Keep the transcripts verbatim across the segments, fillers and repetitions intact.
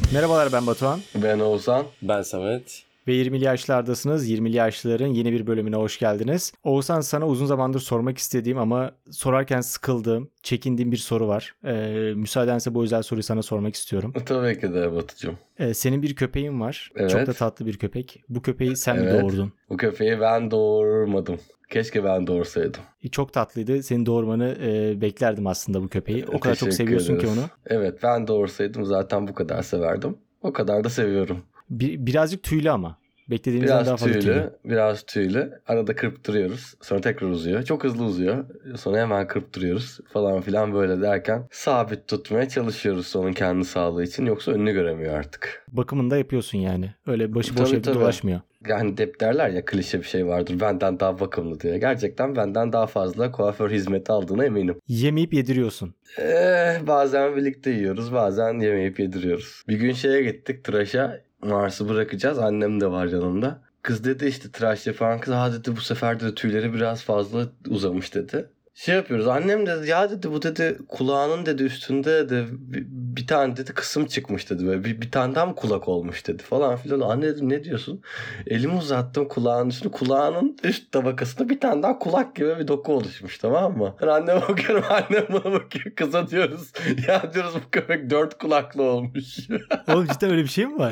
Merhabalar, ben Batuhan. Ben Oğuzhan. Ben Samet. Ve yirmili yaşlardasınız. yirmili yaşlıların yeni bir bölümüne hoş geldiniz. Oğuzhan, sana uzun zamandır sormak istediğim ama sorarken sıkıldığım, çekindiğim bir soru var. Ee, müsaadense bu özel soruyu sana sormak istiyorum. Tabii ki de Batucuğum. Ee, senin bir köpeğin var. Evet. Çok da tatlı bir köpek. Bu köpeği sen evet. mi doğurdun? Bu köpeği ben doğurmadım. Keşke ben doğursaydım. Çok tatlıydı. Senin doğurmanı e, beklerdim aslında bu köpeği. O kadar çok Teşekkür seviyorsun ederiz. ki onu. Evet, ben doğursaydım zaten bu kadar severdim. O kadar da seviyorum. Bir, birazcık tüylü ama. Beklediğimizden Biraz daha fazla tüylü, tüylü. biraz tüylü. Arada kırptırıyoruz. Sonra tekrar uzuyor. Çok hızlı uzuyor. Sonra hemen kırptırıyoruz falan filan böyle derken sabit tutmaya çalışıyoruz onun kendi sağlığı için. Yoksa önünü göremiyor artık. Bakımını da yapıyorsun yani. Öyle başıboş Tabii, evde tabii. dolaşmıyor. Yani hep derler ya, klişe bir şey vardır. Benden daha bakımlı diye. Gerçekten benden daha fazla kuaför hizmeti aldığına eminim. Yemeyip yediriyorsun. Ee, bazen birlikte yiyoruz, bazen yemeyip yediriyoruz. Bir gün şeye gittik, tıraşa. Mars'ı bırakacağız. Annem de var yanımda. Kız dedi işte, tıraş yapan kız, ha dedi bu sefer de tüyleri biraz fazla uzamış dedi. Şey yapıyoruz. Annem dedi ya dedi bu dedi kulağının dedi üstünde de bir, bir tane dedi kısım çıkmış dedi. Böyle bir, bir tane daha mı kulak olmuş dedi falan filan. Anne dedim ne diyorsun? Elimi uzattım kulağın üstüne. Kulağının üst tabakasında bir tane daha kulak gibi bir doku oluşmuş, tamam mı? Ben anneme bakıyorum, annem bana bakıyor. Kıza diyoruz ya diyoruz bu köpek dört kulaklı olmuş. Oğlum cidden öyle bir şey mi var?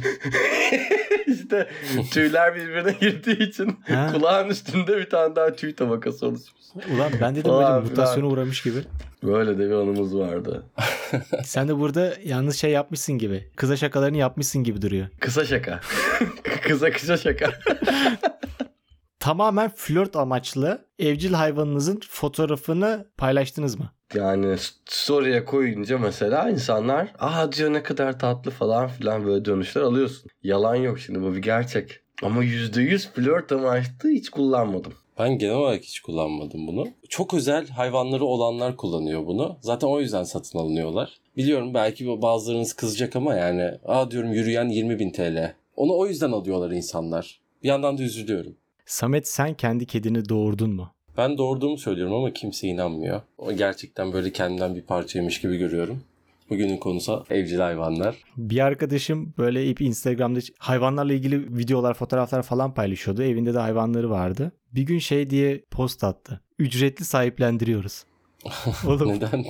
İşte tüyler birbirine girdiği için Ha. kulağın üstünde bir tane daha tüy tabakası oluşmuş. Ulan ben dedim Aa, böyle mutasyona uğramış gibi. Böyle de bir anımız vardı. Sen de burada yalnız şey yapmışsın gibi. Kıza şakalarını yapmışsın gibi duruyor. Kısa şaka. Kısa kısa şaka. Tamamen flört amaçlı evcil hayvanınızın fotoğrafını paylaştınız mı? Yani story'e koyunca mesela insanlar aa diyor ne kadar tatlı falan filan böyle dönüşler alıyorsun. Yalan yok, şimdi bu bir gerçek. Ama yüzde yüz flört amaçlı hiç kullanmadım. Ben genel olarak hiç kullanmadım bunu. Çok özel hayvanları olanlar kullanıyor bunu. Zaten o yüzden satın alınıyorlar. Biliyorum belki bazılarınız kızacak ama yani aa diyorum yürüyen yirmi bin T L. Onu o yüzden alıyorlar insanlar. Bir yandan da üzülüyorum. Samet, sen kendi kedini doğurdun mu? Ben doğurduğumu söylüyorum ama kimse inanmıyor. O gerçekten böyle kendimden bir parçaymış gibi görüyorum. Bugünün konusu evcil hayvanlar. Bir arkadaşım böyle hep Instagram'da hayvanlarla ilgili videolar, fotoğraflar falan paylaşıyordu. Evinde de hayvanları vardı. Bir gün şey diye post attı. Ücretli sahiplendiriyoruz. Oğlum Neden?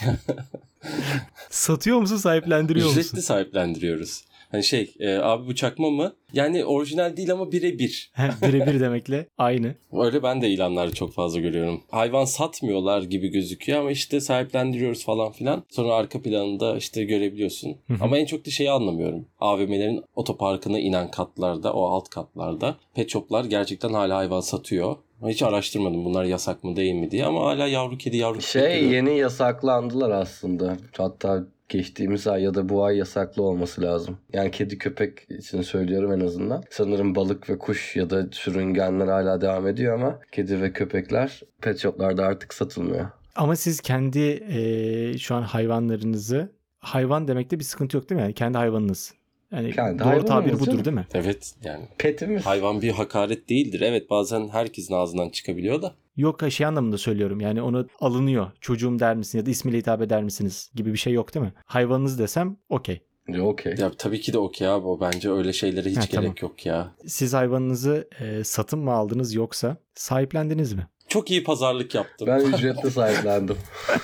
satıyor musun, sahiplendiriyor musun? Ücretli sahiplendiriyoruz. Hani şey e, abi bu çakma mı? Yani orijinal değil ama birebir. Birebir demekle aynı. Öyle ben de ilanları çok fazla görüyorum. Hayvan satmıyorlar gibi gözüküyor ama işte sahiplendiriyoruz falan filan. Sonra arka planında işte görebiliyorsun. Ama en çok da şeyi anlamıyorum. A V M'lerin otoparkına inen katlarda, o alt katlarda pet shoplar gerçekten hala hayvan satıyor. Hiç araştırmadım bunlar yasak mı değil mi diye ama hala yavru kedi yavru köpek Şey görüyorum. yeni yasaklandılar aslında. Hatta geçtiğimiz ay ya da bu ay yasaklı olması lazım. Yani kedi köpek için söylüyorum en azından. Sanırım balık ve kuş ya da sürüngenler hala devam ediyor ama kedi ve köpekler pet shoplarda artık satılmıyor. Ama siz kendi e, şu an hayvanlarınızı, hayvan demekte bir sıkıntı yok değil mi? Yani kendi hayvanınız. Yani Kendi doğru hayvanımız tabir budur canım. değil mi? Evet yani Petimiz. hayvan bir hakaret değildir. Evet bazen herkesin ağzından çıkabiliyor da. Yok, şey anlamında söylüyorum. Yani onu alınıyor. Çocuğum der misin ya da ismiyle hitap eder misiniz gibi bir şey yok değil mi? Hayvanınız desem okey. Okey. Ya tabii ki de okey abi o. Bence öyle şeylere hiç Ha, gerek tamam. yok ya. Siz hayvanınızı e, satın mı aldınız yoksa sahiplendiniz mi? Çok iyi pazarlık yaptım. Ben ücretli sahiplendim.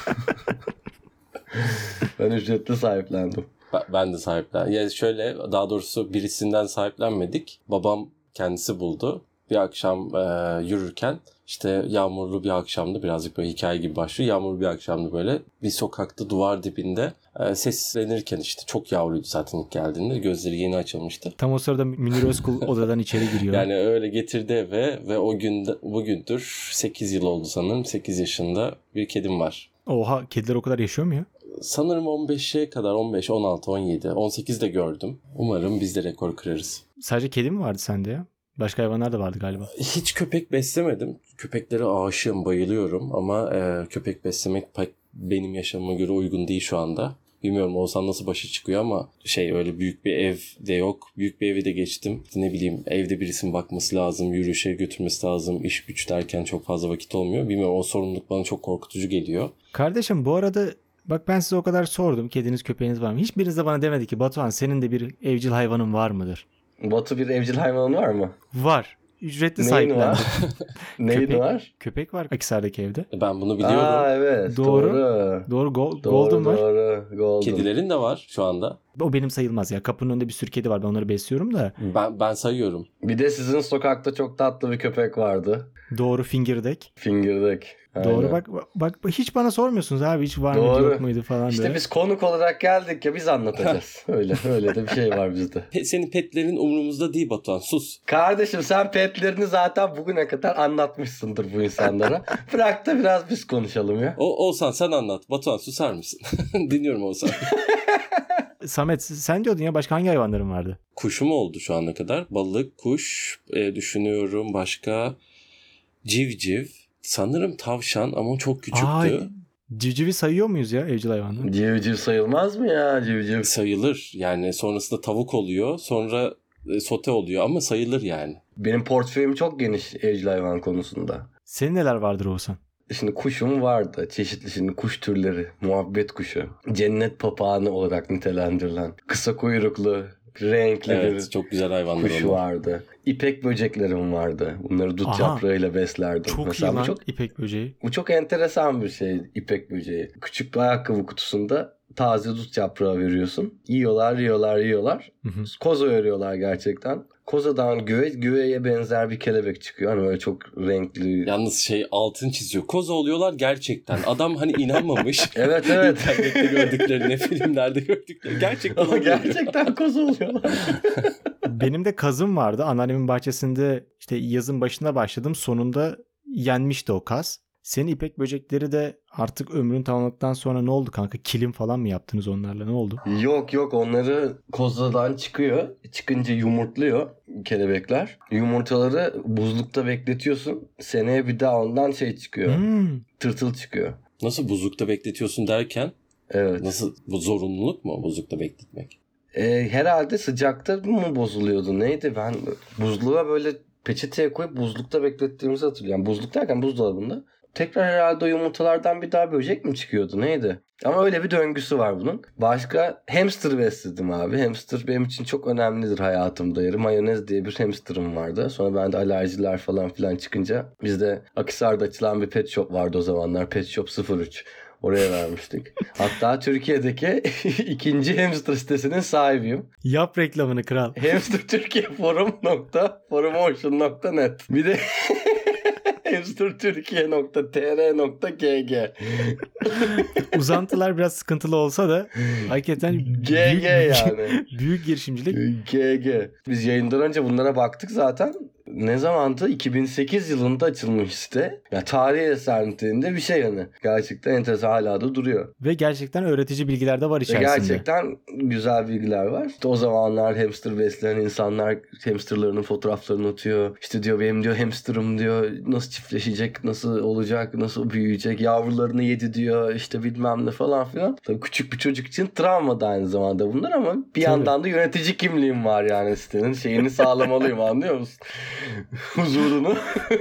ben ücretli sahiplendim. Ben, ben de sahiplendim. Yani şöyle daha doğrusu birisinden sahiplenmedik. Babam kendisi buldu. Bir akşam e, yürürken işte yağmurlu bir akşamdı. Birazcık böyle hikaye gibi başlıyor. Yağmurlu bir akşamdı böyle. Bir sokakta duvar dibinde e, seslenirken işte çok yavruydu zaten ilk geldiğinde. Gözleri yeni açılmıştı. Tam o sırada Münir Özkul odadan içeri giriyor. Yani öyle getirdi eve ve o günde bugündür sekiz yıl oldu sanırım. sekiz yaşında bir kedim var. Oha, kediler o kadar yaşıyor mu ya? Sanırım on beşe kadar on beş, on altı, on yedi, on sekiz de gördüm. Umarım biz de rekor kırarız. Sadece kedi mi vardı sende ya? Başka hayvanlar da vardı galiba. Hiç köpek beslemedim. Köpeklere aşığım, bayılıyorum ama e, köpek beslemek pek benim yaşamıma göre uygun değil şu anda. Bilmiyorum Oğuzhan nasıl başa çıkıyor ama şey öyle büyük bir ev de yok. Büyük bir evi de geçtim. Ne bileyim evde birisinin bakması lazım, yürüyüşe götürmesi lazım, iş güç derken çok fazla vakit olmuyor. Bilmiyorum o sorumluluk bana çok korkutucu geliyor. Kardeşim bu arada Bak ben size o kadar sordum. Kediniz köpeğiniz var mı? Hiçbiriniz de bana demedi ki Batuhan senin de bir evcil hayvanın var mıdır? Batu bir evcil hayvanın var mı? Var. Ücretli Neyin sahiplendim. var? Neyin Köpek, var? köpek var Akhisar'daki evde. Ben bunu biliyorum. Aa evet Doğru. doğru. Doğru. Go- Doğru, Golden var. Doğru. Golden. Kedilerin de var şu anda. O benim sayılmaz ya. Kapının önünde bir sürü kedi var. Ben onları besliyorum da. Ben ben sayıyorum. Bir de sizin sokakta çok tatlı bir köpek vardı. Doğru fingerdeck. Fingerdeck. Aynen. Doğru bak, bak bak hiç bana sormuyorsunuz abi hiç var mıydı Doğru. yok muydu falan İşte diye. biz konuk olarak geldik ya biz anlatacağız. öyle öyle de bir şey var bizde. Pe- senin petlerin umurumuzda değil Batuhan. Sus. Kardeşim sen petlerini zaten bugüne kadar anlatmışsındır bu insanlara. Bırak da biraz biz konuşalım ya. O Oğuzhan sen anlat. Batuhan susar mısın? Dinliyorum Oğuzhan. Samet sen diyordun ya başka hangi hayvanların vardı? Kuşum oldu şu ana kadar. Balık, kuş, e, düşünüyorum başka. Civciv. Sanırım tavşan ama çok küçüktü. Ay, civcivi sayıyor muyuz ya evcil hayvanları? Civciv sayılmaz mı ya civciv? Sayılır. Yani sonrasında tavuk oluyor. Sonra e, sote oluyor ama sayılır yani. Benim portföyüm çok geniş evcil hayvan konusunda. Senin neler vardır Oğuzhan? Şimdi kuşum vardı. Çeşitli şimdi kuş türleri. Muhabbet kuşu. Cennet papağanı olarak nitelendirilen. Kısa kuyruklu, renkli Evet bir çok güzel hayvanlar kuş onlar. vardı. İpek böceklerim vardı. Bunları dut Aha. yaprağıyla beslerdim. Çok Mesela iyi bu lan çok, ipek böceği. bu çok enteresan bir şey ipek böceği. Küçük bir ayakkabı kutusunda taze dut yaprağı veriyorsun. Yiyorlar, yiyorlar, yiyorlar. Hı hı. Koza örüyorlar gerçekten. Kozadan güve, güveye benzer bir kelebek çıkıyor. Hani böyle çok renkli. Yalnız şey altın çiziyor. Koza oluyorlar gerçekten. Adam hani inanmamış. Evet evet. İnternette gördüklerine, filmlerde gördüklerine. Gerçekten Ama oluyor. gerçekten koza oluyorlar. Benim de kazım vardı. Anneannemin bahçesinde işte yazın başında başladım. Sonunda yenmişti o kaz. Senin ipek böcekleri de artık ömrün tamamladıktan sonra ne oldu kanka? Kilim falan mı yaptınız onlarla? Ne oldu? Yok yok onları kozadan çıkıyor. Çıkınca yumurtluyor kelebekler. Yumurtaları buzlukta bekletiyorsun. Seneye bir daha ondan şey çıkıyor. Hmm. Tırtıl çıkıyor. Nasıl buzlukta bekletiyorsun derken? Evet. Nasıl bu zorunluluk mu buzlukta bekletmek? Ee, herhalde sıcakta mı bozuluyordu? Neydi? Ben buzluğa böyle peçeteye koyup buzlukta beklettiğimizi hatırlıyorum. Yani buzluk derken buzdolabında. Tekrar herhalde o yumurtalardan bir daha böcek mi çıkıyordu? Neydi? Ama öyle bir döngüsü var bunun. Başka hamster besledim abi. Hamster benim için çok önemlidir hayatımda yeri. Mayonez diye bir hamsterım vardı. Sonra bende alerjiler falan filan çıkınca bizde Akhisar'da açılan bir pet shop vardı o zamanlar. Pet Shop sıfır üç. Oraya vermiştik. Hatta Türkiye'deki ikinci hamster sitesinin sahibiyim. Yap reklamını kral. hamster türkiye forum nokta promotion nokta net. Bir de hamster türkiye nokta tr nokta gg. Uzantılar biraz sıkıntılı olsa da hakikaten G büyük, G yani. büyük girişimcilik. G G. Biz yayından önce bunlara baktık zaten. Ne zamandı? iki bin sekiz yılında açılmış site. Ya tarihi eser niteliğinde bir şey yani. Gerçekten enteresan hala da duruyor. Ve gerçekten öğretici bilgiler de var Ve içerisinde. gerçekten güzel bilgiler var. İşte o zamanlar hamster besleyen insanlar hamsterlarının fotoğraflarını atıyor. İşte diyor benim diyor hamsterım diyor nasıl çiftleşecek, nasıl olacak, nasıl büyüyecek, yavrularını yedi diyor işte bilmem ne falan filan. Tabii küçük bir çocuk için travma da aynı zamanda bunlar ama bir Tabii. yandan da yönetici kimliğim var yani sitenin şeyini sağlamalıyım anlıyor musun? Huzurunu.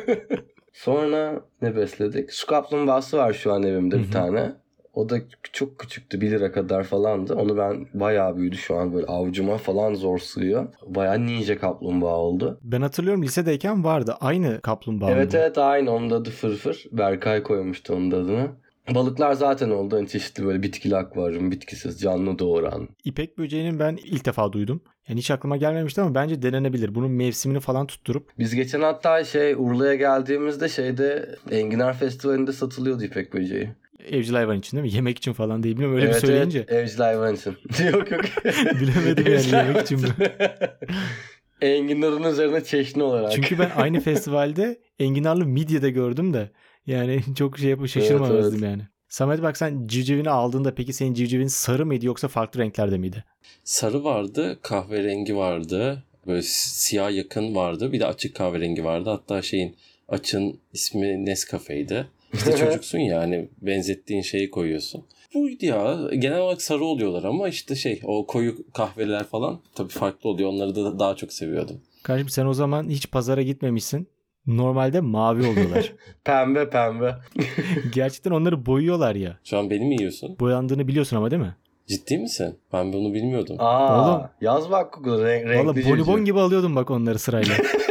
Sonra ne besledik? Su kaplumbağası var şu an evimde Hı hı. bir tane. O da çok küçüktü. bir lira kadar falandı. Onu ben bayağı büyüdü şu an. Böyle avucuma falan zor sığıyor. Bayağı ninja kaplumbağa oldu. Ben hatırlıyorum lisedeyken vardı. Aynı kaplumbağa Evet mıydı? evet aynı. Onun da adı Fırfır. Berkay koymuştu onun da adını. Balıklar zaten oldu. Hani çeşitli böyle bitkili akvaryum, bitkisiz, canlı doğuran. İpek böceğinin ben ilk defa duydum. Yani hiç aklıma gelmemişti ama bence denenebilir. Bunun mevsimini falan tutturup. Biz geçen hatta şey Urla'ya geldiğimizde şeyde Enginar Festivali'nde satılıyordu ipek böceği. Evcil hayvan için değil mi? Yemek için falan değil. Bilmiyorum öyle evet, bir söyleyince. Evet, evcil hayvan için. yok yok. Bilemedim yani Evcil yemek hayvan için mi? Enginar'ın üzerine çeşni olarak. Çünkü ben aynı festivalde enginarlı midye de gördüm de. Yani çok şey yapıp şaşırmamazdım Evet, evet. yani. Samet bak sen civcivini aldığında peki senin civcivin sarı mıydı yoksa farklı renklerde miydi? Sarı vardı, kahverengi vardı. Böyle siyah yakın vardı. Bir de açık kahverengi vardı. Hatta şeyin açın ismi Nescafe'ydi. İşte çocuksun ya hani benzettiğin şeyi koyuyorsun. Buydu ya. Genel olarak sarı oluyorlar ama işte şey o koyu kahveler falan tabii farklı oluyor. Onları da daha çok seviyordum. Kardeşim sen o zaman hiç pazara gitmemişsin. Normalde mavi oluyorlar. Pembe pembe. Gerçekten onları boyuyorlar ya. Şu an beni mi yiyorsun? Boyandığını biliyorsun ama değil mi? Ciddi misin? Ben bunu bilmiyordum. Aa, Oğlum. yaz bak Google'a renk, Valla renkli civciv. bonibon gibi alıyordum bak onları sırayla.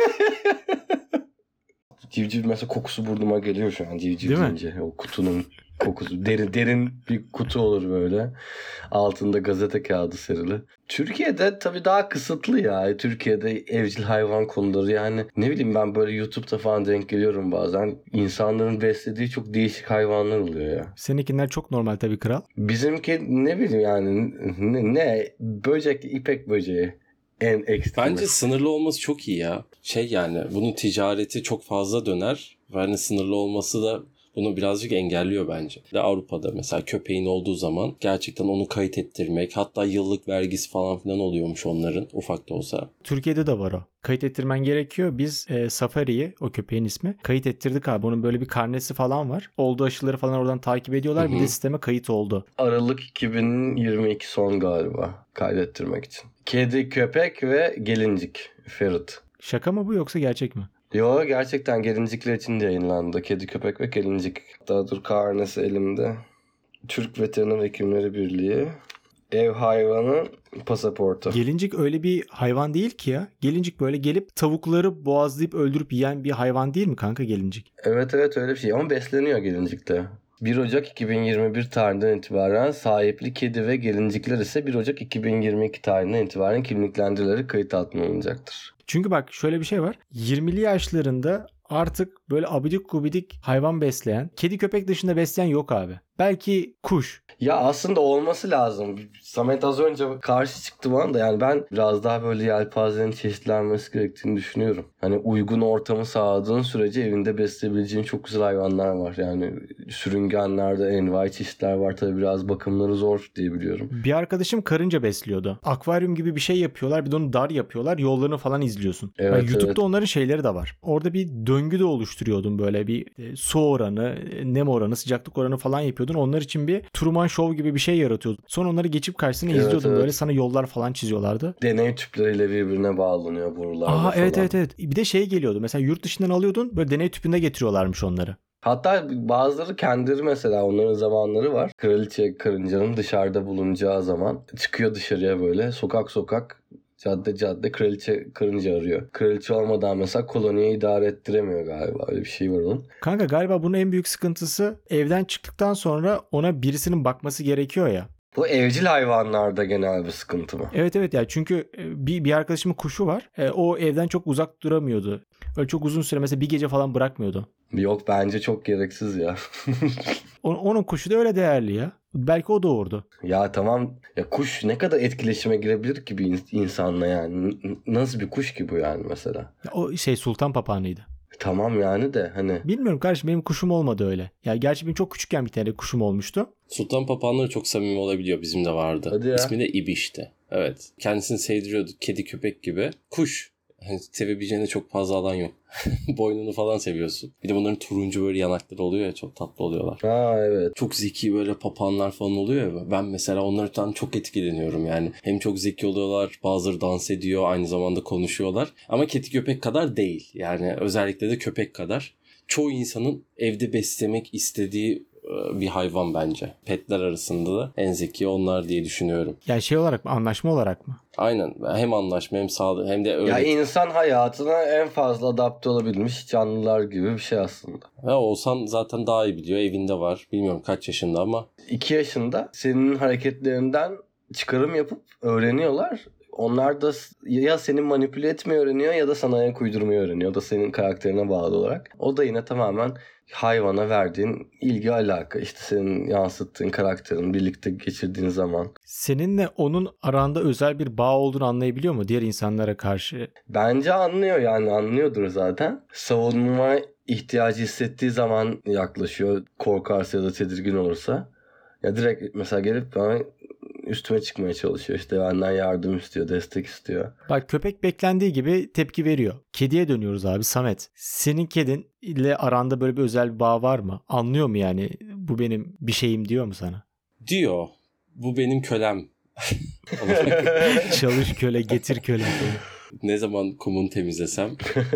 Civciv mesela kokusu burnuma geliyor şu an civciv Değil mi? deyince. O kutunun kokusu. Derin derin bir kutu olur böyle. Altında gazete kağıdı serili. Türkiye'de tabii daha kısıtlı ya. Türkiye'de evcil hayvan konuları yani ne bileyim ben böyle YouTube'da falan denk geliyorum bazen. İnsanların beslediği çok değişik hayvanlar oluyor ya. Seninkiler çok normal tabii kral. Bizimki ne bileyim yani ne, ne böcek, ipek böceği. En ekstremi. Bence sınırlı olması çok iyi ya. Şey yani bunun ticareti çok fazla döner. Ve hani sınırlı olması da bunu birazcık engelliyor bence. De Avrupa'da mesela köpeğin olduğu zaman gerçekten onu kayıt ettirmek, hatta yıllık vergisi falan filan oluyormuş onların, ufak da olsa. Türkiye'de de var o. Kayıt ettirmen gerekiyor. Biz e, Safari'yi, o köpeğin ismi, kayıt ettirdik abi. Onun böyle bir karnesi falan var. Oldu aşıları falan oradan takip ediyorlar. Hı hı. Bir de sisteme kayıt oldu. Aralık iki bin yirmi iki son galiba kaydettirmek için. Kedi, köpek ve gelincik. Ferret. Şaka mı bu yoksa gerçek mi? Yo gerçekten gelincikler için de yayınlandı. Kedi, köpek ve gelincik. Daha dur karnesi elimde. Türk Veteriner Hekimleri Birliği. Ev hayvanı pasaportu. Gelincik öyle bir hayvan değil ki ya. Gelincik böyle gelip tavukları boğazlayıp öldürüp yiyen bir hayvan değil mi kanka gelincik? Evet evet öyle bir şey ama besleniyor gelincikte. bir Ocak iki bin yirmi bir tarihinden itibaren sahipli kedi ve gelincikler ise bir Ocak iki bin yirmi iki tarihinden itibaren kimliklendirilerek kayıt altına alınacaktır. Çünkü bak şöyle bir şey var. yirmili yaşlarında artık böyle abidik gubidik hayvan besleyen, kedi köpek dışında besleyen yok abi. Belki kuş. Ya aslında olması lazım. Samet az önce karşı çıktı bana da yani ben biraz daha böyle yelpazenin çeşitlenmesi gerektiğini düşünüyorum. Hani uygun ortamı sağladığın sürece evinde besleyebileceğin çok güzel hayvanlar var. Yani sürüngenlerde envai çeşitler var. Tabii biraz bakımları zor diye biliyorum. Bir arkadaşım karınca besliyordu. Akvaryum gibi bir şey yapıyorlar. Bir de onu dar yapıyorlar. Yollarını falan izliyorsun. Evet, Yani YouTube'da evet. onların şeyleri de var. Orada bir döngü de oluşturuyordun böyle bir e, su oranı, e, nem oranı, sıcaklık oranı falan yapıyordun. Onlar için bir Truman Show gibi bir şey yaratıyordun. Sonra onları geçip karşısına Evet, izliyordun. evet. Böyle sana yollar falan çiziyorlardı. Deney tüpleriyle birbirine bağlanıyor borularla Aa falan. evet evet evet. Bir de şey geliyordu. Mesela yurt dışından alıyordun. Böyle deney tüpünde getiriyorlarmış onları. Hatta bazıları kendileri mesela onların zamanları var. Kraliçe karıncanın dışarıda bulunacağı zaman çıkıyor dışarıya böyle sokak sokak cadde cadde kraliçe karınca arıyor. Kraliçe olmadan mesela koloniyi idare ettiremiyor galiba. Öyle bir şey var onun. Kanka galiba bunun en büyük sıkıntısı evden çıktıktan sonra ona birisinin bakması gerekiyor ya. Bu evcil hayvanlarda genel bir sıkıntı mı? Evet evet ya çünkü e, bir, bir arkadaşımın kuşu var. E, o evden çok uzak duramıyordu. Öyle çok uzun süre mesela bir gece falan bırakmıyordu. Yok bence çok gereksiz ya. O, onun kuşu da öyle değerli ya. Belki o doğurdu. Ya tamam ya kuş ne kadar etkileşime girebilir ki bir in- insanla yani. N- nasıl bir kuş ki bu yani mesela? Ya o şey sultan papağanıydı. Tamam yani de hani. Bilmiyorum kardeşim benim kuşum olmadı öyle. Ya gerçi benim çok küçükken bir tane kuşum olmuştu. Sultan papağanları çok samimi olabiliyor. Bizim de vardı. Hadi ya. İsmi de İbiş'ti. Evet. Kendisini sevdiriyordu. Kedi köpek gibi. Kuş. Hani sevebileceğine çok fazla alan yok. Boynunu falan seviyorsun. Bir de bunların turuncu böyle yanakları oluyor ya. Çok tatlı oluyorlar. Ha evet. Çok zeki böyle papağanlar falan oluyor ya. Ben mesela onlardan çok etkileniyorum yani. Hem çok zeki oluyorlar. Bazıları dans ediyor. Aynı zamanda konuşuyorlar. Ama kedi köpek kadar değil. Yani özellikle de köpek kadar. Çoğu insanın evde beslemek istediği bir hayvan bence. Petler arasında da en zeki onlar diye düşünüyorum. Yani şey olarak mı anlaşma olarak mı? Aynen. Hem anlaşma hem sağlık hem de öyle. Ya insan hayatına en fazla adapte olabilmiş canlılar gibi bir şey aslında. Ya Oğuzhan zaten daha iyi biliyor. Evinde var. Bilmiyorum kaç yaşında ama. iki yaşında senin hareketlerinden çıkarım yapıp öğreniyorlar. Onlar da ya seni manipüle etmeyi öğreniyor ya da sana ayak uydurmayı öğreniyor. O da senin karakterine bağlı olarak. O da yine tamamen hayvana verdiğin ilgi alaka. İşte senin yansıttığın karakterin birlikte geçirdiğin zaman. Seninle onun aranda özel bir bağ olduğunu anlayabiliyor mu diğer insanlara karşı? Bence anlıyor yani anlıyordur zaten. Savunma ihtiyacı hissettiği zaman yaklaşıyor. Korkarsa ya da tedirgin olursa. Ya direkt mesela gelip bana üstüme çıkmaya çalışıyor. İşte benden yardım istiyor, destek istiyor. Bak köpek beklendiği gibi tepki veriyor. Kediye dönüyoruz abi Samet. Senin kedin ile aranda böyle bir özel bir bağ var mı? Anlıyor mu yani bu benim bir şeyim diyor mu sana? Diyor. Bu benim kölem. Çalış köle getir köle. ne zaman kumunu temizlesem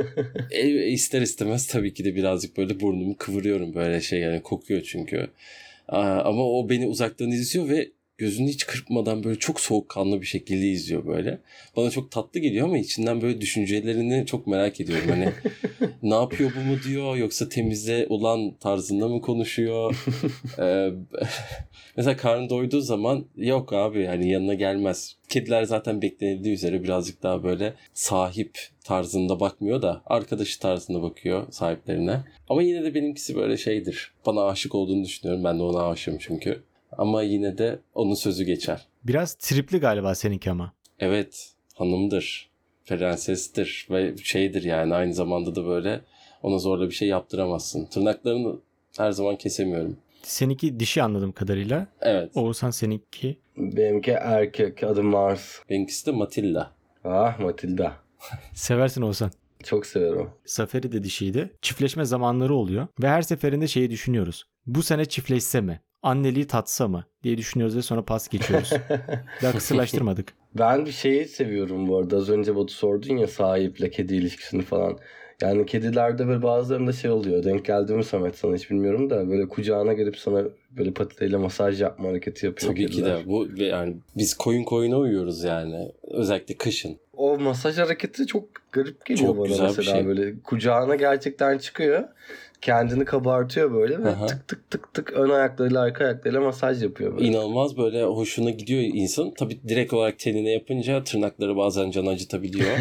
e, ister istemez tabii ki de birazcık böyle burnumu kıvırıyorum böyle şey yani kokuyor çünkü. Aa, ama o beni uzaktan izliyor ve gözünü hiç kırpmadan böyle çok soğukkanlı bir şekilde izliyor böyle. Bana çok tatlı geliyor ama içinden böyle düşüncelerini çok merak ediyorum. Hani ne yapıyor bu mu diyor yoksa temizle ulan tarzında mı konuşuyor? ee, mesela karnı doyduğu zaman yok abi hani yanına gelmez. Kediler zaten beklenildiği üzere birazcık daha böyle sahip tarzında bakmıyor da arkadaşı tarzında bakıyor sahiplerine. Ama yine de benimkisi böyle şeydir. Bana aşık olduğunu düşünüyorum. Ben de ona aşığım çünkü. Ama yine de onun sözü geçer. Biraz tripli galiba seninki ama. Evet, hanımdır, prensestir ve şeydir yani aynı zamanda da böyle ona zorla bir şey yaptıramazsın. Tırnaklarını her zaman kesemiyorum. Seninki dişi anladığım kadarıyla. Evet. Oğuzhan seninki. Benimki erkek, adı Mars. Benimkisi de Matilda. Ah, Matilda. Seversin Oğuzhan. Çok severim. Safari de dişiydi. Çiftleşme zamanları oluyor. Ve her seferinde şeyi düşünüyoruz. Bu sene çiftleşse mi? Anneliği tatsa mı? Diye düşünüyoruz ve sonra pas geçiyoruz. Daha kısırlaştırmadık. Ben bir şeyi seviyorum bu arada. Az önce Batu sordun ya sahiple kedi ilişkisini falan. Yani kedilerde böyle bazılarında şey oluyor. Denk geldi mi Samet sana hiç bilmiyorum da böyle kucağına gelip sana böyle patiyle masaj yapma hareketi yapıyor Tabii kediler. ki de bu ve yani biz koyun koyuna uyuyoruz yani özellikle kışın. O masaj hareketi çok garip geliyor Çok bana güzel bir mesela şey. böyle kucağına gerçekten çıkıyor. Kendini kabartıyor böyle ve Aha. tık tık tık tık ön ayaklarıyla arka ayaklarıyla masaj yapıyor böyle. İnanılmaz böyle hoşuna gidiyor insan. Tabii direkt olarak tenine yapınca tırnakları bazen can acıtabiliyor.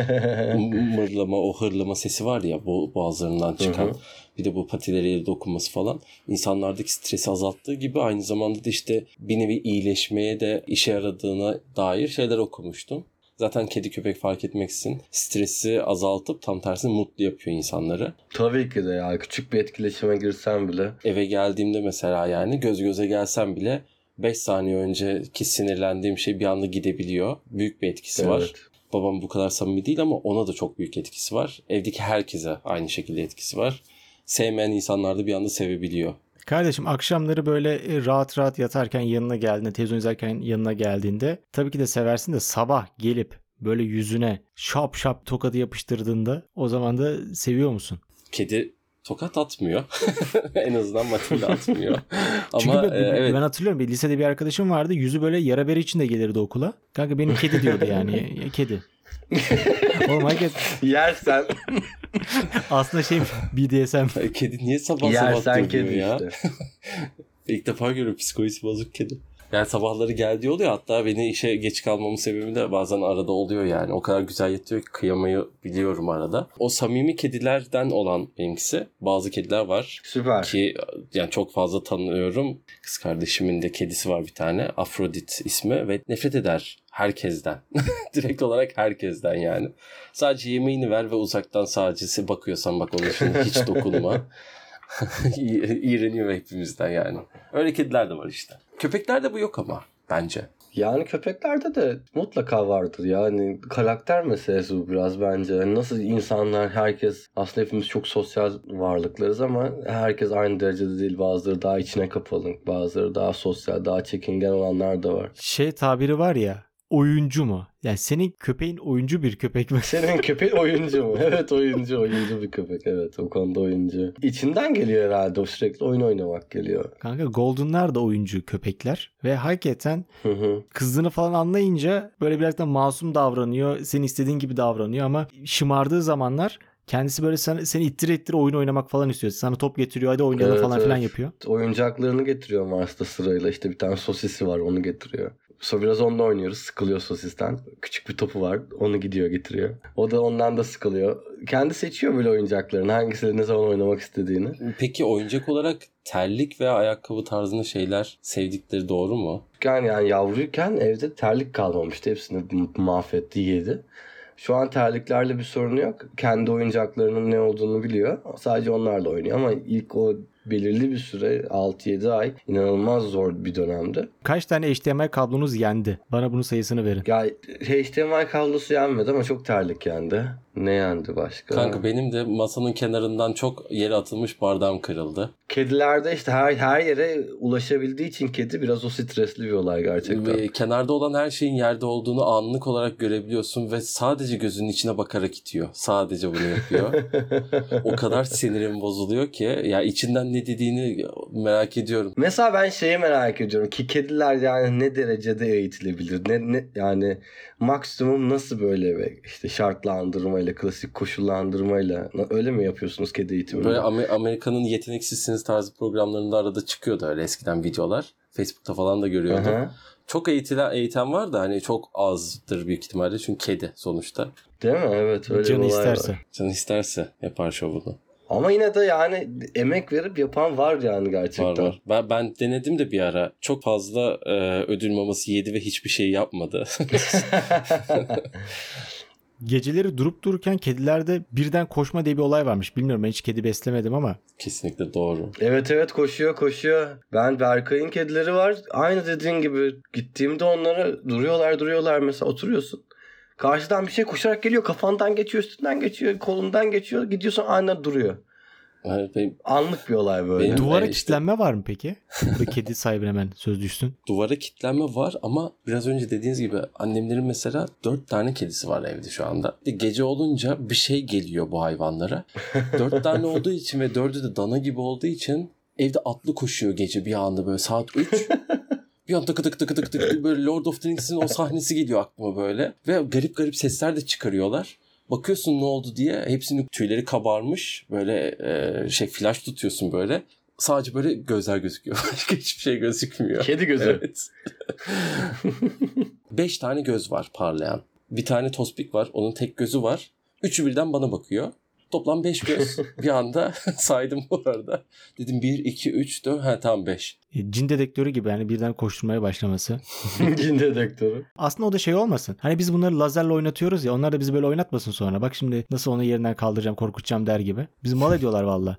Mırlama, o hırlama sesi var ya bo- boğazlarından çıkan. Hı hı. Bir de bu patileriyle dokunması falan. İnsanlardaki stresi azalttığı gibi aynı zamanda da işte bir nevi iyileşmeye de işe yaradığına dair şeyler okumuştum. Zaten kedi köpek fark etmeksizin stresi azaltıp tam tersine mutlu yapıyor insanları. Tabii ki de ya. Küçük bir etkileşime girsen bile. Eve geldiğimde mesela yani göz göze gelsem bile beş saniye önceki sinirlendiğim şey bir anda gidebiliyor. Büyük bir etkisi var. Evet. Babam bu kadar samimi değil ama ona da çok büyük etkisi var. Evdeki herkese aynı şekilde etkisi var. Sevmeyen insanlar da bir anda sevebiliyor. Kardeşim akşamları böyle e, rahat rahat yatarken yanına geldiğinde, televizyon izlerken yanına geldiğinde tabii ki de seversin de sabah gelip böyle yüzüne şap şap tokadı yapıştırdığında o zaman da seviyor musun? Kedi tokat atmıyor. En azından Matilda atmıyor. Çünkü Ama ben, e, evet. ben hatırlıyorum bir lisede bir arkadaşım vardı, yüzü böyle yara bere içinde gelirdi okula. Kanka benim kedi diyordu yani. Ya, ya kedi. Oğlum hakikaten Yersen aslında şey B D S M. Kedi niye sabah sabah yersen diyor kedi ya? işte. İlk defa görüyorum psikolojisi bozuk kedi. Yani sabahları geldiği oluyor. Hatta beni işe geç kalmamın sebebi de bazen arada oluyor yani. O kadar güzel yatıyor ki kıyamayı biliyorum arada. O samimi kedilerden olan benimkisi. Bazı kediler var Süper. ki yani çok fazla tanıyorum. Kız kardeşimin de kedisi var bir tane. Afrodit ismi ve nefret eder herkesten. Direkt olarak herkesten yani. Sadece yemeğini ver ve uzaktan sadece bakıyorsan bak onun için hiç dokunma. İğreniyor hepimizden yani. Öyle kediler de var işte. Köpeklerde bu yok ama bence. Yani köpeklerde de mutlaka vardır yani karakter meselesi bu biraz bence. Yani nasıl insanlar herkes aslında hepimiz çok sosyal varlıklarız ama herkes aynı derecede değil. Bazıları daha içine kapalı, bazıları daha sosyal, daha çekingen olanlar da var. Şey tabiri var ya, oyuncu mu? Yani senin köpeğin oyuncu bir köpek mi? Senin köpeğin oyuncu mu? Evet oyuncu, oyuncu bir köpek. Evet o konuda oyuncu. İçinden geliyor herhalde o sürekli oyun oynamak geliyor. Kanka Golden'lar da oyuncu köpekler ve hakikaten Hı hı. kızdığını falan anlayınca böyle biraz da masum davranıyor. Senin istediğin gibi davranıyor ama şımardığı zamanlar kendisi böyle sana, seni ittire ittire oyun oynamak falan istiyor. Sana top getiriyor, hadi oynayalım Evet, falan evet. filan yapıyor. Oyuncaklarını getiriyor Mars'ta sırayla. İşte bir tane sosisi var onu getiriyor. Sonra biraz onunla oynuyoruz. Sıkılıyor sosisten. Küçük bir topu var. Onu gidiyor getiriyor. O da ondan da sıkılıyor. Kendi seçiyor böyle oyuncaklarını. Hangisiyle ne zaman oynamak istediğini. Peki oyuncak olarak terlik veya ayakkabı tarzında şeyler sevdikleri doğru mu? Yani, yani yavruyken evde terlik kalmamıştı. Hepsini mahvetti, yedi. Şu an terliklerle bir sorunu yok. Kendi oyuncaklarının ne olduğunu biliyor. Sadece onlarla oynuyor ama ilk o belirli bir süre altı yedi ay inanılmaz zor bir dönemdi. Kaç tane H D M I kablonuz yendi? Bana bunun sayısını verin. Ya H D M I kablosu yenmedi ama çok terlik yendi. Ne yendi başka? Kanka benim de masanın kenarından çok yere atılmış bardağım kırıldı. kedilerde işte her her yere ulaşabildiği için kedi biraz o stresli bir olay gerçekten. Ve kenarda olan her şeyin yerde olduğunu anlık olarak görebiliyorsun ve sadece gözünün içine bakarak itiyor. Sadece bunu yapıyor. O kadar sinirim bozuluyor ki ya içinden ne dediğini merak ediyorum. Mesela ben şeyi merak ediyorum ki kediler yani ne derecede eğitilebilir? Ne, ne yani maksimum nasıl böyle ve işte şartlandırmayla, klasik koşullandırmayla öyle mi yapıyorsunuz kedi eğitimini? Böyle Amer- Amerika'nın Yeteneksizsiniz tarzı programlarında arada çıkıyordu öyle eskiden videolar. Facebook'ta falan da görüyordum. Aha. Çok eğitilen eğiten var da hani çok azdır büyük ihtimalle çünkü kedi sonuçta. Değil mi? Evet öyle Canı bir olay isterse. var. Canı isterse yapar şovunu. Ama yine de yani emek verip yapan var yani gerçekten. Var var. Ben, ben denedim de bir ara. Çok fazla e, ödül maması yedi ve hiçbir şey yapmadı. Geceleri durup dururken kedilerde birden koşma diye bir olay varmış. Bilmiyorum, ben hiç kedi beslemedim ama. Kesinlikle doğru. Evet evet koşuyor koşuyor. Ben Berkay'ın kedileri var. Aynı dediğin gibi gittiğimde onlara duruyorlar duruyorlar mesela oturuyorsun. Karşıdan bir şey koşarak geliyor. Kafandan geçiyor, üstünden geçiyor, kolundan geçiyor. Gidiyorsun aynen duruyor. Yani benim Anlık bir olay böyle. Benim- Duvara e, işte- kilitlenme var mı peki? Burada kedi sahibine hemen söz düşsün. duvara kilitlenme var ama biraz önce dediğiniz gibi annemlerin mesela dört tane kedisi var evde şu anda. Gece olunca bir şey geliyor bu hayvanlara. Dört tane olduğu için ve dördü de dana gibi olduğu için evde atlı koşuyor gece bir anda böyle saat üç. Bir an tıkı tıkı tıkı tıkı tıkı böyle Lord of the Rings'in o sahnesi geliyor aklıma böyle. Ve garip garip sesler de çıkarıyorlar. Bakıyorsun ne oldu diye hepsinin tüyleri kabarmış. Böyle e, şey flash tutuyorsun böyle. Sadece böyle gözler gözüküyor. Başka hiçbir şey gözükmüyor. Kedi gözü. Evet. Beş tane göz var parlayan. Bir tane tospik var. Onun tek gözü var. Üçü birden bana bakıyor. Toplam beş göz. Bir anda saydım bu arada. Dedim bir, iki, üç, dört. Ha tamam beş. E, Cin dedektörü gibi yani birden koşturmaya başlaması. Cin dedektörü. Aslında o da şey olmasın. Hani biz bunları lazerle oynatıyoruz ya, onlar da bizi böyle oynatmasın sonra. Bak şimdi nasıl onu yerinden kaldıracağım, korkutacağım der gibi. Bizi mal ediyorlar valla.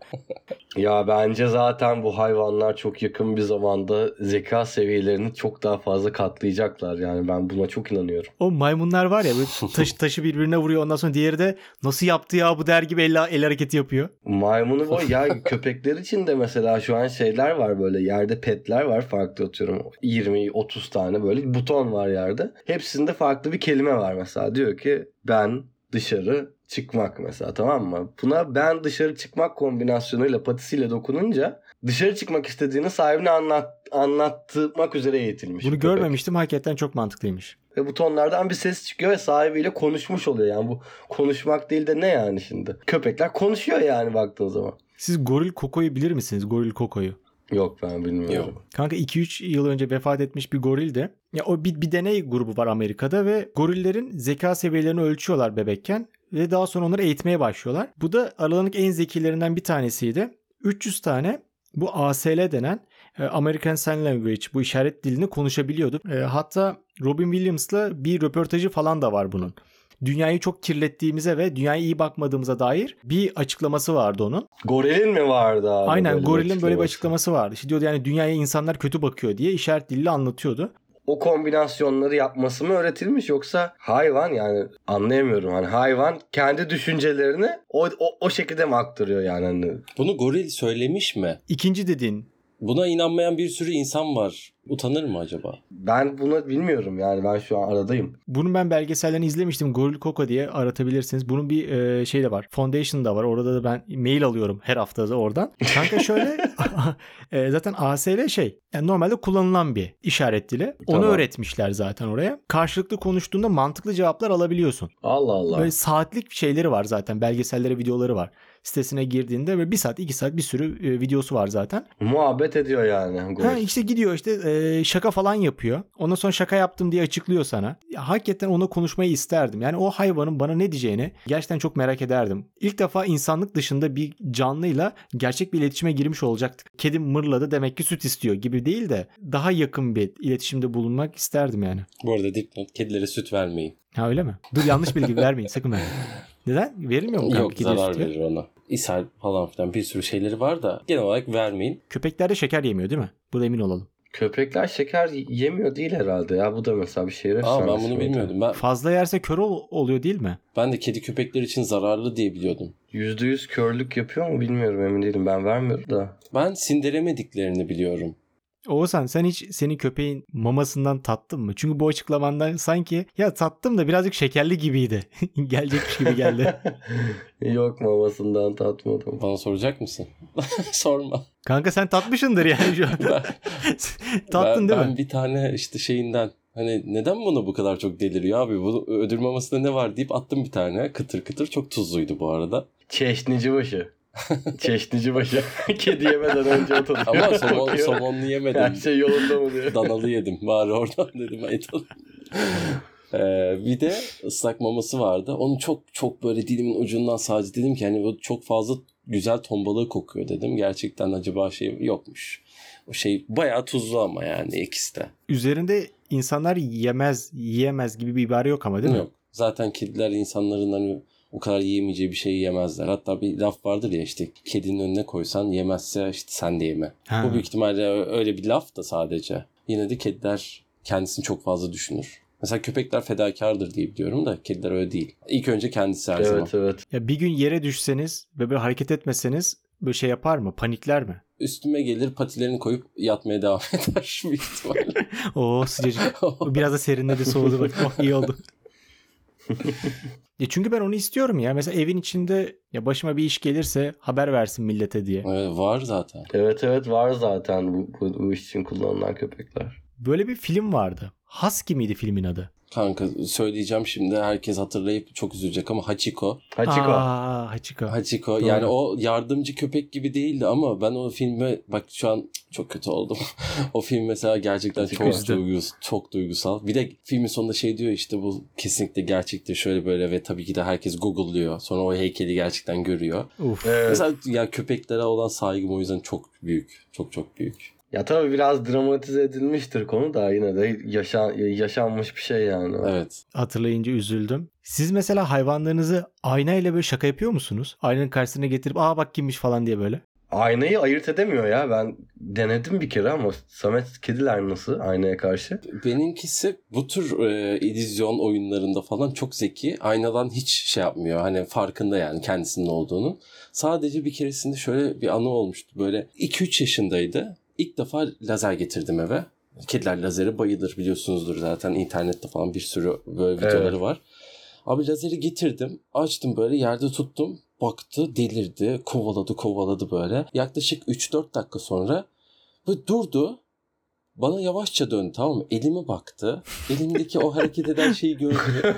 Ya bence zaten bu hayvanlar çok yakın bir zamanda zeka seviyelerini çok daha fazla katlayacaklar. Yani ben buna çok inanıyorum. O maymunlar var ya böyle taşı, taşı birbirine vuruyor, ondan sonra diğeri de nasıl yaptı ya bu der gibi el, el hareketi yapıyor. Maymunu bu ya köpekler için de mesela şu an şeyler var böyle yerde petler var farklı atıyorum yirmi otuz tane böyle buton var yerde. Hepsinde farklı bir kelime var mesela diyor ki ben dışarı çıkmak mesela tamam mı? Buna ben dışarı çıkmak kombinasyonuyla patisiyle dokununca dışarı çıkmak istediğini sahibine anlat, anlattırmak üzere eğitilmiş. Bunu bir köpek. görmemiştim, hakikaten çok mantıklıymış. Ve butonlardan bir ses çıkıyor ve sahibiyle konuşmuş oluyor. Yani bu konuşmak değil de ne yani şimdi? Köpekler konuşuyor yani baktığın zaman. Siz goril Koko'yu bilir misiniz? Goril Koko'yu. Yok ben bilmiyorum. Yok. Kanka iki üç yıl önce vefat etmiş bir goril de. Ya o bir, bir deney grubu var Amerika'da ve gorillerin zeka seviyelerini ölçüyorlar bebekken ve daha sonra onları eğitmeye başlıyorlar. Bu da aralarındaki en zekilerinden bir tanesiydi. üç yüz tane bu A S L denen e, American Sign Language, bu işaret dilini konuşabiliyordu. E, hatta Robin Williams'la bir röportajı falan da var bunun. Dünyayı çok kirlettiğimize ve dünyaya iyi bakmadığımıza dair bir açıklaması vardı onun. Gorilin mi vardı abi? Aynen, böyle bir gorilin böyle bir açıklaması? açıklaması vardı. İşte diyordu yani dünyaya insanlar kötü bakıyor diye işaret diliyle anlatıyordu. O kombinasyonları yapması mı öğretilmiş yoksa hayvan yani anlayamıyorum. Hani hayvan kendi düşüncelerini o, o, o şekilde mi aktarıyor yani? Hani Bunu goril söylemiş mi? İkinci dediğin, Buna inanmayan bir sürü insan var. Utanır mı acaba? ben bunu bilmiyorum yani ben şu an aradayım. bunun ben belgesellerini izlemiştim. Goril Koko diye aratabilirsiniz. Bunun bir e, şey de var. Foundation da var. Orada da ben mail alıyorum her hafta da oradan. Kanka şöyle e, zaten A S L şey yani normalde kullanılan bir işaret dili. Onu Tamam. öğretmişler zaten oraya. Karşılıklı konuştuğunda mantıklı cevaplar alabiliyorsun. Allah Allah. Böyle saatlik şeyleri var zaten. Belgesellere, videoları var. Sitesine girdiğinde böyle bir saat, iki saat bir sürü e, videosu var zaten. Muhabbet ediyor yani. Goril. Ha işte gidiyor işte e, şaka falan yapıyor. Ondan sonra şaka yaptım diye açıklıyor sana. Ya, hakikaten ona konuşmayı isterdim. Yani o hayvanın bana ne diyeceğini gerçekten çok merak ederdim. İlk defa insanlık dışında bir canlıyla gerçek bir iletişime girmiş olacaktık. Kedim mırladı demek ki süt istiyor gibi değil de daha yakın bir iletişimde bulunmak isterdim yani. Bu arada dipnot, kedilere süt vermeyin. Ha öyle mi? Dur, yanlış bilgi vermeyin sakın vermeyin. Neden? Verilmiyor mu? kanka Yok, kediye zarar süt ya? verir ona. İshal falan filan bir sürü şeyleri var da genel olarak vermeyin. Köpekler de şeker yemiyor değil mi? Burada emin olalım. Köpekler şeker yemiyor değil herhalde ya. Bu da mesela bir şehir Aa, efsanesi ben bunu miydi? bilmiyordum. Ben, Fazla yerse kör ol- oluyor değil mi? ben de kedi köpekler için zararlı diye biliyordum. yüzde yüz körlük yapıyor mu bilmiyorum, emin değilim. Ben vermiyorum da. Ben sindiremediklerini biliyorum. Oğuzhan sen hiç senin köpeğin mamasından tattın mı? Çünkü bu açıklamandan sanki ya tattım da birazcık şekerli gibiydi. Gelecekmiş gibi geldi. Yok, mamasından tatmadım. Bana soracak mısın? Sorma. Kanka sen tatmışsındır yani şu an. Ben, Tattın ben, değil ben mi? bir tane işte şeyinden hani neden buna bu kadar çok deliriyor abi? Bu ödül mamasında ne var deyip attım bir tane. Kıtır kıtır, çok tuzluydu bu arada. Çeşnici başı. Çeşnici başı. Kedi yemeden önce o tadıyor. Ama somon, Bakıyor. somonlu yemedim. Her şey yolunda mı diyor. Danalı yedim. Bari oradan dedim et alayım. Ee, bir de ıslak maması vardı. Onu çok çok böyle dilimin ucundan sadece dedim ki hani bu çok fazla güzel ton balığı kokuyor dedim. Gerçekten acaba şey yokmuş. O şey bayağı tuzlu ama yani ikisi de. Üzerinde insanlar yemez, yiyemez gibi bir ibare yok ama değil mi? Yok. Zaten kediler insanların hani o kadar yiyemeyeceği bir şeyi yemezler. Hatta bir laf vardır ya işte kedinin önüne koysan yemezse işte sen de yeme. Ha. Bu büyük ihtimalle öyle bir laf da sadece. Yine de kediler kendisini çok fazla düşünür. Mesela köpekler fedakardır diye biliyorum da kediler öyle değil. İlk önce kendisi her zaman. Evet evet. Ya bir gün yere düşseniz ve böyle hareket etmeseniz böyle şey yapar mı? Panikler mi? Üstüme gelir patilerini koyup yatmaya devam eder büyük ihtimalle. Oo sıcacık. Biraz da serinledi, soğudu bak. Oh, iyi oldu. Ya çünkü ben onu istiyorum ya. Mesela evin içinde ya başıma bir iş gelirse haber versin millete diye. Evet, var zaten. Evet evet, var zaten bu, bu, bu iş için kullanılan köpekler. Böyle bir film vardı. Husky miydi filmin adı? Kanka söyleyeceğim şimdi herkes hatırlayıp çok üzülecek ama Hachiko. Hachiko. Aa, Hachiko. Hachiko Doğru. yani o yardımcı köpek gibi değildi ama ben o filme bak şu an çok kötü oldum. O film mesela gerçekten Hachiko çok üzdü. duygusal, çok duygusal. Bir de filmin sonunda şey diyor işte bu kesinlikle gerçektir şöyle böyle ve tabii ki de herkes Google'lıyor. Sonra o heykeli gerçekten görüyor. Uf. Evet. Mesela ya köpeklere olan saygım o yüzden çok büyük. Çok çok büyük. Ya tabii biraz dramatize edilmiştir konu da yine de yaşa, yaşanmış bir şey yani. Evet. Hatırlayınca üzüldüm. Siz mesela hayvanlarınızı aynayla böyle şaka yapıyor musunuz? Aynanın karşısına getirip aa bak kimmiş falan diye böyle. Aynayı ayırt edemiyor ya. Ben denedim bir kere ama Samet, kediler nasıl aynaya karşı? Benimkisi bu tür e, illüzyon oyunlarında falan çok zeki. Aynadan hiç şey yapmıyor. Hani farkında yani kendisinin olduğunu. Sadece bir keresinde şöyle bir anı olmuştu. Böyle iki üç yaşındaydı. İlk defa lazer getirdim eve. Kediler lazere bayılır biliyorsunuzdur zaten. İnternette falan bir sürü böyle videoları Evet. var. Abi lazeri getirdim. Açtım böyle yerde tuttum. Baktı delirdi. Kovaladı kovaladı böyle. Yaklaşık üç dört dakika sonra böyle durdu. Bana yavaşça döndü, tamam mı? Elime baktı. Elimdeki o hareket eden şeyi gördü.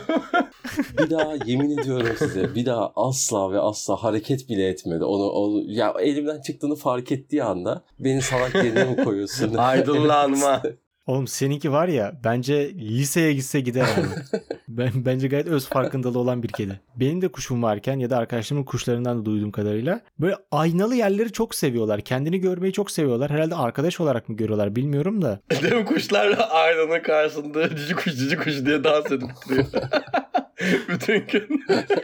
Bir daha yemin ediyorum size bir daha asla ve asla hareket bile etmedi. Onu, onu ya elimden çıktığını fark ettiği anda beni salak yerine mi koyuyorsun? Aydınlanma. Oğlum seninki var ya bence liseye gitse gider abi. ben, bence gayet öz farkındalığı olan bir kedi. Benim de kuşum varken ya da arkadaşlarımın kuşlarından da duyduğum kadarıyla böyle aynalı yerleri çok seviyorlar. Kendini görmeyi çok seviyorlar. Herhalde arkadaş olarak mı görüyorlar bilmiyorum da. Değil mi? Kuşlar aynanın karşısında cici kuş cici kuş diye dans edip duruyor. Bütün gün.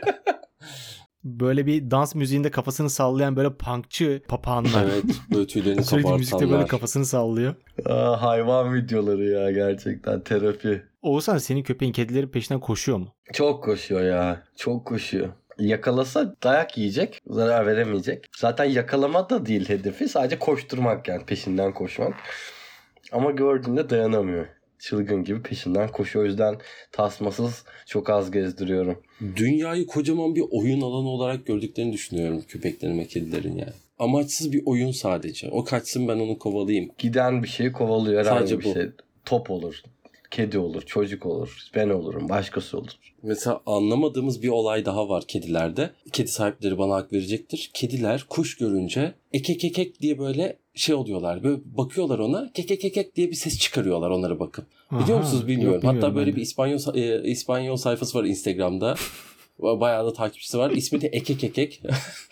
Böyle bir dans müziğinde kafasını sallayan böyle punkçı papağanlar. Evet, böyle tüylerini Sürekli müzikte böyle kabartanlar. kafasını sallıyor. Aa, hayvan videoları ya, gerçekten terapi. Oğuzhan senin köpeğin kedilerin peşinden koşuyor mu? Çok koşuyor ya. Çok koşuyor. Yakalasa dayak yiyecek. Zarar veremeyecek. Zaten yakalama da değil hedefi. Sadece koşturmak, yani peşinden koşmak. Ama gördüğünde dayanamıyor. Çılgın gibi peşinden koşuyor. O yüzden tasmasız çok az gezdiriyorum. Dünyayı kocaman bir oyun alanı olarak gördüklerini düşünüyorum köpeklerin ve kedilerin yani. Amaçsız bir oyun sadece. O kaçsın ben onu kovalayayım. Giden bir şeyi kovalıyor, herhangi Sadece bir bu. şey. Top olur, kedi olur, çocuk olur, ben olurum, başkası olur. Mesela anlamadığımız bir olay daha var kedilerde. Kedi sahipleri bana hak verecektir. Kediler kuş görünce ekek ekek diye böyle şey oluyorlar. Böyle bakıyorlar ona, kekek ekek diye bir ses çıkarıyorlar onlara bakıp. Biliyor Aha, musunuz bilmiyorum. yok, bilmiyorum Hatta böyle ben de. bir İspanyol e, İspanyol sayfası var Instagram'da. Bayağı da takipçisi var. İsmi de Ekek Ekek.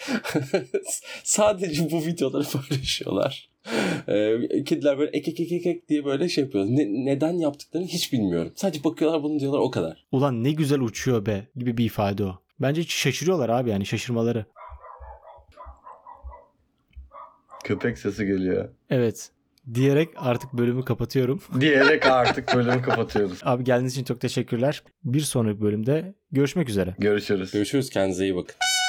Sadece bu videoları paylaşıyorlar. Ee, kediler böyle ekek ekek ekek diye böyle şey yapıyor. Ne, neden yaptıklarını hiç bilmiyorum. Sadece bakıyorlar bunu diyorlar, o kadar. Ulan ne güzel uçuyor be gibi bir ifade o. Bence şaşırıyorlar abi, yani şaşırmaları. Köpek sesi geliyor. Evet. diyerek artık bölümü kapatıyorum. Diyerek artık bölümü kapatıyoruz. Abi geldiğiniz için çok teşekkürler. Bir sonraki bölümde görüşmek üzere. Görüşürüz. Görüşürüz, kendinize iyi bakın.